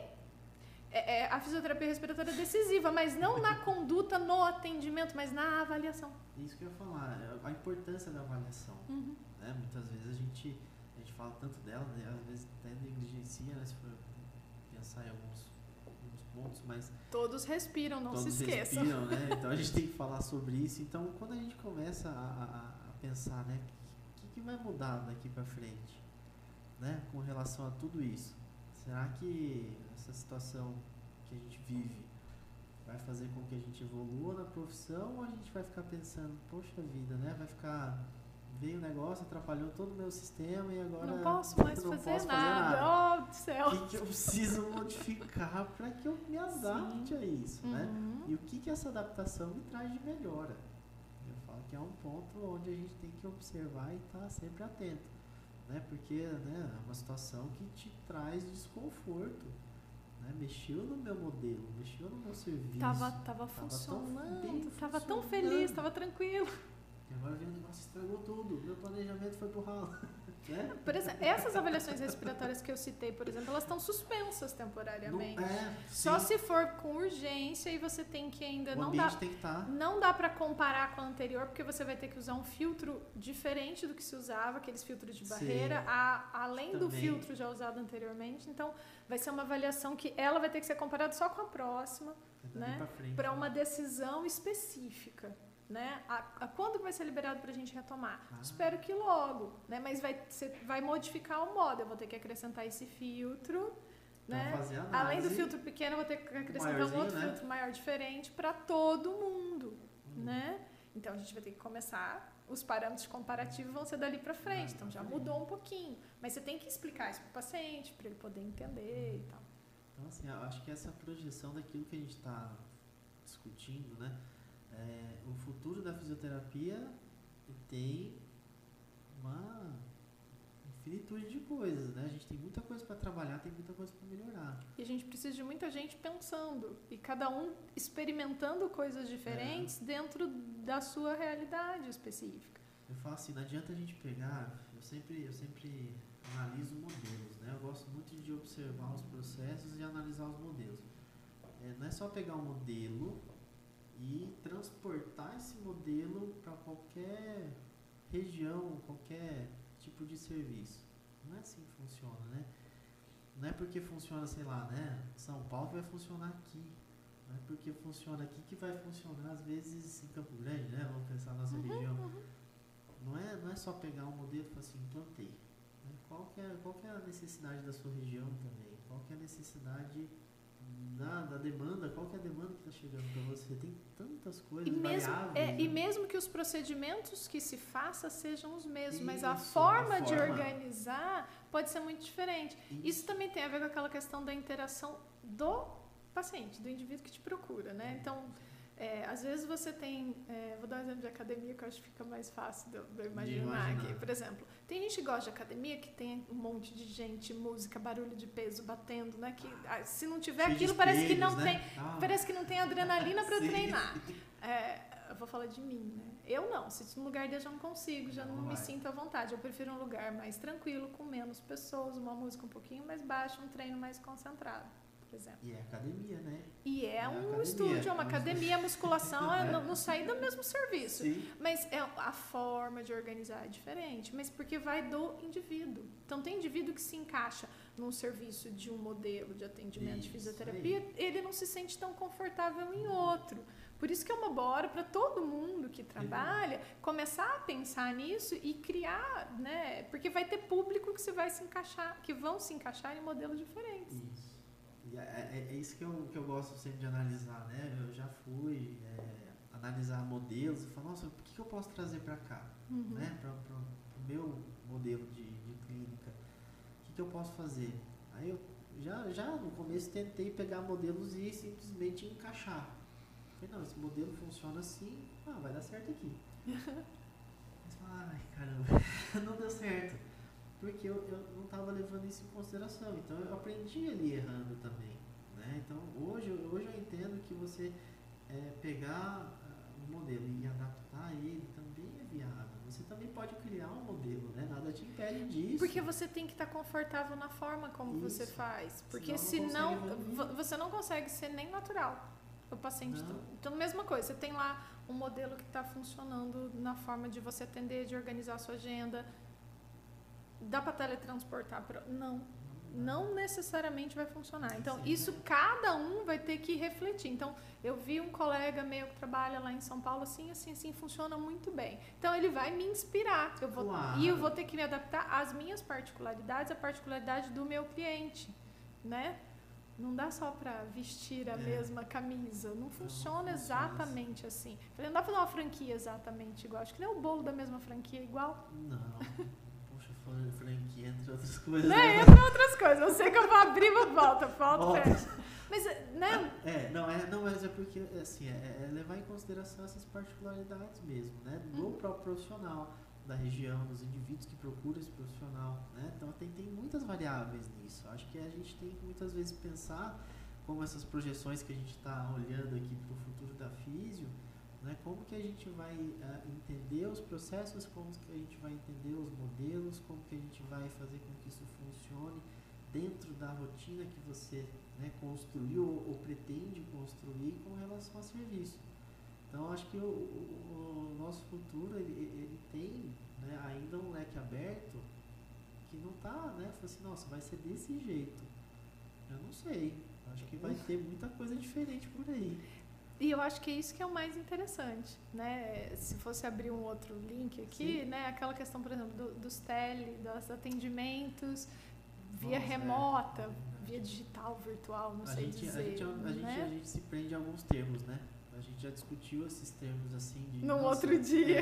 a fisioterapia respiratória é decisiva, mas não na conduta, no atendimento, mas na avaliação. Isso que eu ia falar, a importância da avaliação. Né? Muitas vezes a gente fala tanto dela, né? Às vezes até negligencia, né? Se for pensar em alguns pontos, mas... Todos respiram, não se esqueçam. Todos respiram, né? Então a gente tem que falar sobre isso. Então, quando a gente começa a pensar, né? O que vai mudar daqui para frente, né? Com relação a tudo isso? Será que essa situação que a gente vive vai fazer com que a gente evolua na profissão ou a gente vai ficar pensando, poxa vida, né? Vai ficar... Veio o negócio, atrapalhou todo o meu sistema e agora não posso mais fazer nada. Oh, do céu. O que eu preciso modificar para que eu me adapte a isso, né? E o que essa adaptação me traz de melhora? Eu falo que é um ponto onde a gente tem que observar e estar sempre atento, né? Porque, né, é uma situação que te traz desconforto, né? Mexeu no meu modelo, mexeu no meu serviço. Tava funcionando, tava tão feliz, tava tranquilo. E agora vem o negócio, estragou tudo. Meu planejamento foi pro ralo. Né? Por exemplo, essas avaliações respiratórias que eu citei, por exemplo, elas estão suspensas temporariamente. Só se for com urgência e você tem que ainda... Não dá para comparar com a anterior, porque você vai ter que usar um filtro diferente do que se usava, aqueles filtros de barreira, além do filtro já usado anteriormente. Então, vai ser uma avaliação que ela vai ter que ser comparada só com a próxima, né? Para uma decisão específica. Né? Quando vai ser liberado para a gente retomar? Espero que logo, né? Mas você vai modificar o modo. Eu vou ter que acrescentar esse filtro, né? Além do filtro pequeno, eu vou ter que acrescentar um outro filtro maior diferente para todo mundo, né? Então a gente vai ter que começar. Os parâmetros comparativos vão ser dali para frente. Então já mudou um pouquinho, mas você tem que explicar isso para o paciente para ele poder entender e tal. Então assim, eu acho que essa projeção daquilo que a gente está discutindo, né? O futuro da fisioterapia tem uma infinitude de coisas, né? A gente tem muita coisa para trabalhar, tem muita coisa para melhorar. E a gente precisa de muita gente pensando e cada um experimentando coisas diferentes dentro da sua realidade específica. Eu falo assim, não adianta a gente pegar... Eu sempre analiso modelos, né? Eu gosto muito de observar os processos e analisar os modelos. Não é só pegar um modelo... e transportar esse modelo para qualquer região, qualquer tipo de serviço. Não é assim que funciona, né? Não é porque funciona, sei lá, né? São Paulo que vai funcionar aqui. Não é porque funciona aqui que vai funcionar, às vezes, em Campo Grande, né? Vamos pensar na nossa região. Não é só pegar um modelo e falar assim, implantei. Né? Qual que é a necessidade da sua região também? Qual que é a necessidade... Da demanda, qual que é a demanda que está chegando para você? Tem tantas coisas variáveis. E mesmo que os procedimentos que se faça sejam os mesmos, mas a forma de organizar pode ser muito diferente. Isso também tem a ver com aquela questão da interação do paciente, do indivíduo que te procura, né? Então, Às vezes você tem, vou dar um exemplo de academia que eu acho que fica mais fácil de eu imaginar aqui. Por exemplo, tem gente que gosta de academia que tem um monte de gente, música, barulho de peso batendo, né? Que se não tiver cheio aquilo, espelhos, parece que não né? tem, parece que não tem adrenalina para treinar. Sim. Eu vou falar de mim, né? Eu não, se um lugar desse eu não consigo, já não me sinto à vontade. Eu prefiro um lugar mais tranquilo, com menos pessoas, uma música um pouquinho mais baixa, um treino mais concentrado, por exemplo. E é academia, né? E um estúdio, é uma academia, a musculação não sai do mesmo serviço. Sim. Mas a forma de organizar é diferente, mas porque vai do indivíduo. Então tem indivíduo que se encaixa num serviço de um modelo de atendimento de fisioterapia, ele não se sente tão confortável em outro. Por isso que é uma boa hora para todo mundo que trabalha começar a pensar nisso e criar, né? Porque vai ter público que vão se encaixar em modelos diferentes. Isso. E é isso que eu gosto sempre de analisar, né? Eu já fui analisar modelos e falar, nossa, o que eu posso trazer para cá, né? Para o meu modelo de clínica, o que eu posso fazer? Aí eu já no começo tentei pegar modelos e simplesmente encaixar. Falei, não, esse modelo funciona assim, vai dar certo aqui. Mas, ai, caramba, não deu certo. Porque eu não estava levando isso em consideração. Então, eu aprendi ali errando também. Né? Então, hoje eu entendo que você pegar um modelo e adaptar ele também é viável. Você também pode criar um modelo, né? Nada te impede disso. Porque você tem que estar confortável na forma como você faz. Porque senão você não consegue ser nem natural. O paciente. Então, mesma coisa, você tem lá um modelo que está funcionando na forma de você atender, de organizar a sua agenda. Dá para teletransportar? Não necessariamente vai funcionar. Então, isso cada um vai ter que refletir. Então, eu vi um colega meu que trabalha lá em São Paulo, assim, funciona muito bem. Então, ele vai me inspirar. E eu vou ter que me adaptar às minhas particularidades, à particularidade do meu cliente, né? Não dá só para vestir a mesma camisa. Não funciona exatamente assim. Não dá para fazer uma franquia exatamente igual. Acho que nem o bolo da mesma franquia é igual. Não. Poxa, franquia, entre outras coisas. Entre outras coisas. Eu sei que eu vou abrir, vou volta, fecha. Mas, né? Mas é porque, assim, é levar em consideração essas particularidades mesmo, né? Do próprio profissional, da região, dos indivíduos que procuram esse profissional, né? Então tem muitas variáveis nisso. Acho que a gente tem que muitas vezes pensar como essas projeções que a gente está olhando aqui para o futuro da físio, né? Como que a gente vai entender os processos, como que a gente vai entender os modelos, como que a gente vai fazer com que isso funcione dentro da rotina que você, né, construiu ou pretende construir com relação a serviço. Então, acho que o nosso futuro, ele tem, né, ainda um leque aberto que não está, né, fala assim, nossa, vai ser desse jeito. Eu não sei. Acho que vai ter muita coisa diferente por aí. E eu acho que é isso que é o mais interessante, né? Se fosse abrir um outro link aqui, né, aquela questão, por exemplo, dos dos atendimentos via remota, via digital, virtual, não sei dizer. A gente se prende a alguns termos, né? A gente já discutiu esses termos assim de... Num outro dia.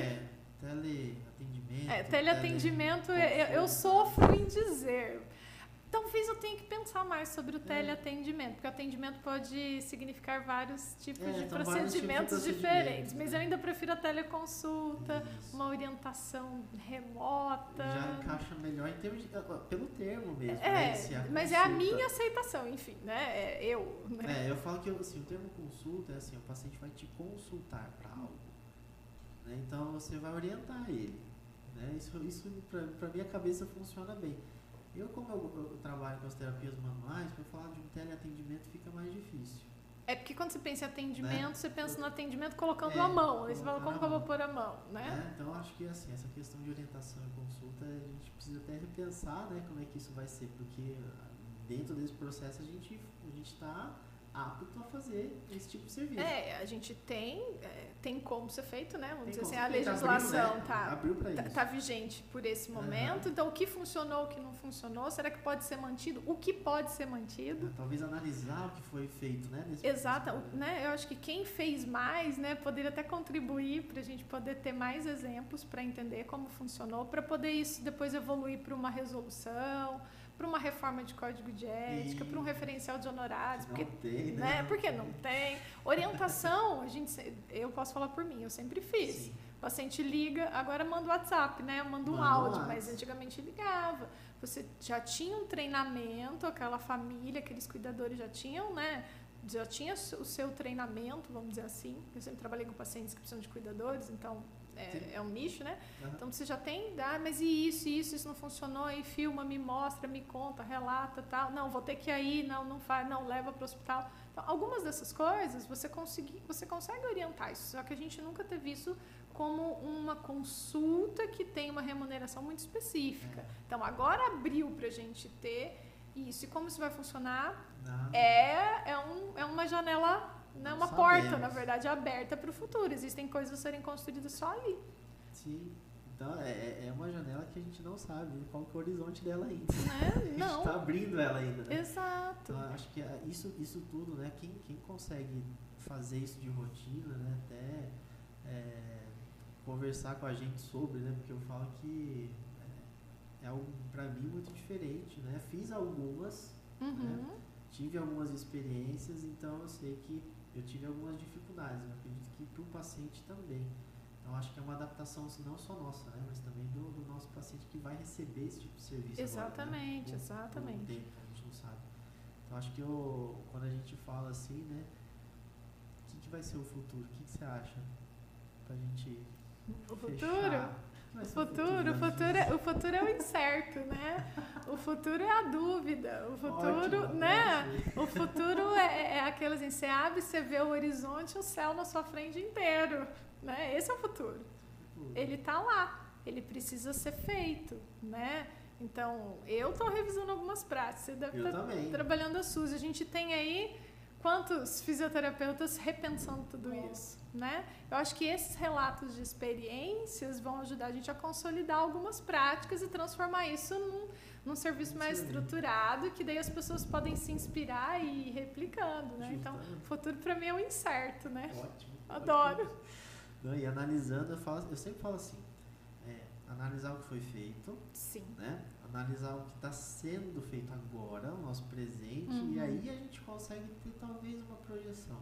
Teleatendimento. Teleatendimento, eu sofro em dizer. Talvez eu tenha que pensar mais sobre o teleatendimento, porque o atendimento pode significar vários tipos de procedimentos diferentes, mas eu ainda prefiro a teleconsulta, uma orientação remota. Já encaixa melhor em termos pelo termo mesmo. Mas é a minha aceitação, enfim, né? Eu falo que assim, o termo consulta é assim, o paciente vai te consultar para algo, né? Então você vai orientar ele, né? Isso para minha cabeça funciona bem. Como eu trabalho com as terapias manuais, para falar de um teleatendimento fica mais difícil. É porque quando você pensa em atendimento, você pensa no atendimento colocando a mão. Aí você fala, como que eu vou pôr a mão, né? Então, acho que assim, essa questão de orientação e consulta, a gente precisa até repensar, né, como é que isso vai ser, porque dentro desse processo a gente está apto a fazer esse tipo de serviço. A gente tem como ser feito, né? Vamos dizer assim, a legislação tá vigente por esse momento. Então, o que funcionou, o que não funcionou, será que pode ser mantido? O que pode ser mantido? Talvez analisar o que foi feito, né? Exato. Né? Eu acho que quem fez mais, né, poderia até contribuir para a gente poder ter mais exemplos para entender como funcionou, para poder isso depois evoluir para uma resolução, para uma reforma de código de ética, para um referencial de honorários. Porque, não tem, né? Porque não tem. Orientação, eu posso falar por mim, eu sempre fiz. Sim. O paciente liga, agora manda o WhatsApp, né? Manda um áudio, mas antigamente ligava. Você já tinha um treinamento, aquela família, aqueles cuidadores já tinham, né? Já tinha o seu treinamento, vamos dizer assim. Eu sempre trabalhei com pacientes que precisam de cuidadores, então é um nicho, né? Uhum. Então você já tem, mas isso não funcionou, e filma, me mostra, me conta, relata, tal. Não, vou ter que ir, não faz, não, leva para o hospital. Então, algumas dessas coisas você consegue orientar isso, só que a gente nunca teve isso como uma consulta que tem uma remuneração muito específica. Então, agora abriu para a gente ter isso. E como isso vai funcionar? É uma janela, né, uma porta, na verdade, aberta para o futuro. Existem coisas a serem construídas só ali. Sim. Então, é uma janela que a gente não sabe qual que é o horizonte dela ainda. Não. A gente está abrindo ela ainda, né? Exato. Então, acho que isso tudo, né? Quem consegue fazer isso de rotina, né? Até conversar com a gente sobre, né? Porque eu falo que é algo, para mim, muito diferente, né? Fiz algumas, né? Tive algumas experiências, então eu sei que eu tive algumas dificuldades. Eu acredito que para o paciente também. Então, acho que é uma adaptação não só nossa, né? Mas também do nosso paciente que vai receber esse tipo de serviço. Exatamente, agora, né? exatamente. Por um tempo, a gente não sabe. Então, acho que quando a gente fala assim, né? O que vai ser o futuro? O que você acha? Pra gente O futuro é o incerto, né? O futuro é a dúvida. O futuro, ótimo, né? O futuro é aquele assim, você abre, você vê o horizonte e o céu na sua frente inteiro, né? Esse é o futuro. Ele tá lá, ele precisa ser feito, né? Então, eu tô revisando algumas práticas, você deve estar trabalhando a SUS. A gente tem aí quantos fisioterapeutas repensando tudo isso, né? Eu acho que esses relatos de experiências vão ajudar a gente a consolidar algumas práticas e transformar isso num serviço mais estruturado, que daí as pessoas podem se inspirar e ir replicando, né? Então, o futuro para mim é o incerto, né? Ótimo. Adoro. Ótimo. Não, e analisando, eu sempre falo assim, analisar o que foi feito, sim, né? Analisar o que está sendo feito agora, o nosso presente, e aí a gente consegue ter talvez uma projeção.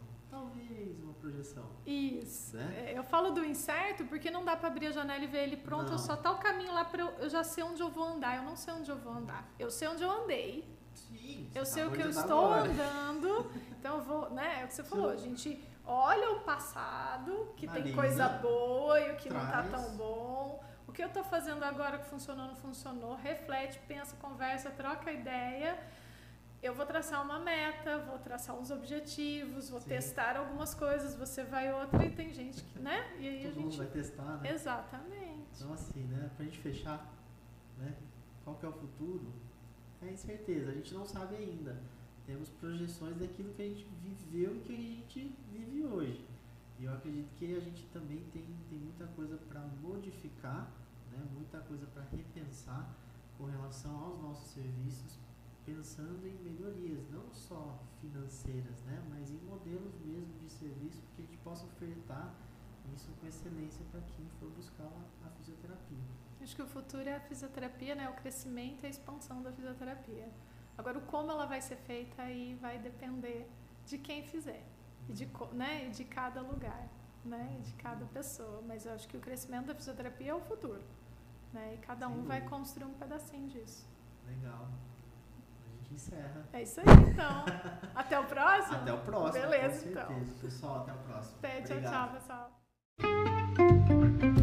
Isso. Né? Eu falo do incerto porque não dá para abrir a janela e ver ele pronto, eu só tá o caminho lá para eu já sei onde eu vou andar, eu não sei onde eu vou andar. Eu sei onde eu andei. Sim, eu sei o que eu estou andando. Então eu vou, né? É o que você falou, a gente olha o passado, que analisa, tem coisa boa e o que não tá tão bom. O que eu estou fazendo agora que funcionou, não funcionou, reflete, pensa, conversa, troca ideia. Eu vou traçar uma meta, vou traçar uns objetivos, vou testar algumas coisas, você vai outra e tem gente que, né? E aí todo mundo vai testar, né? Exatamente. Então assim, né? Pra gente fechar, né? Qual que é o futuro? É incerteza, a gente não sabe ainda. Temos projeções daquilo que a gente viveu e que a gente vive hoje. E eu acredito que a gente também tem muita coisa para modificar, né? Muita coisa para repensar com relação aos nossos serviços, pensando em melhorias, não só financeiras, né? Mas em modelos mesmo de serviço, que a gente possa ofertar isso com excelência para quem for buscar a fisioterapia. Acho que o futuro é a fisioterapia, né? O crescimento e a expansão da fisioterapia. Agora, o como ela vai ser feita aí vai depender de quem fizer. E de cada lugar, né? E de cada pessoa. Mas eu acho que o crescimento da fisioterapia é o futuro, né? E cada um vai construir um pedacinho disso. Legal. A gente encerra. É isso aí, então. Até o próximo? Até o próximo. Beleza, com certeza. Então. Pessoal, até o próximo. Tchau, pessoal.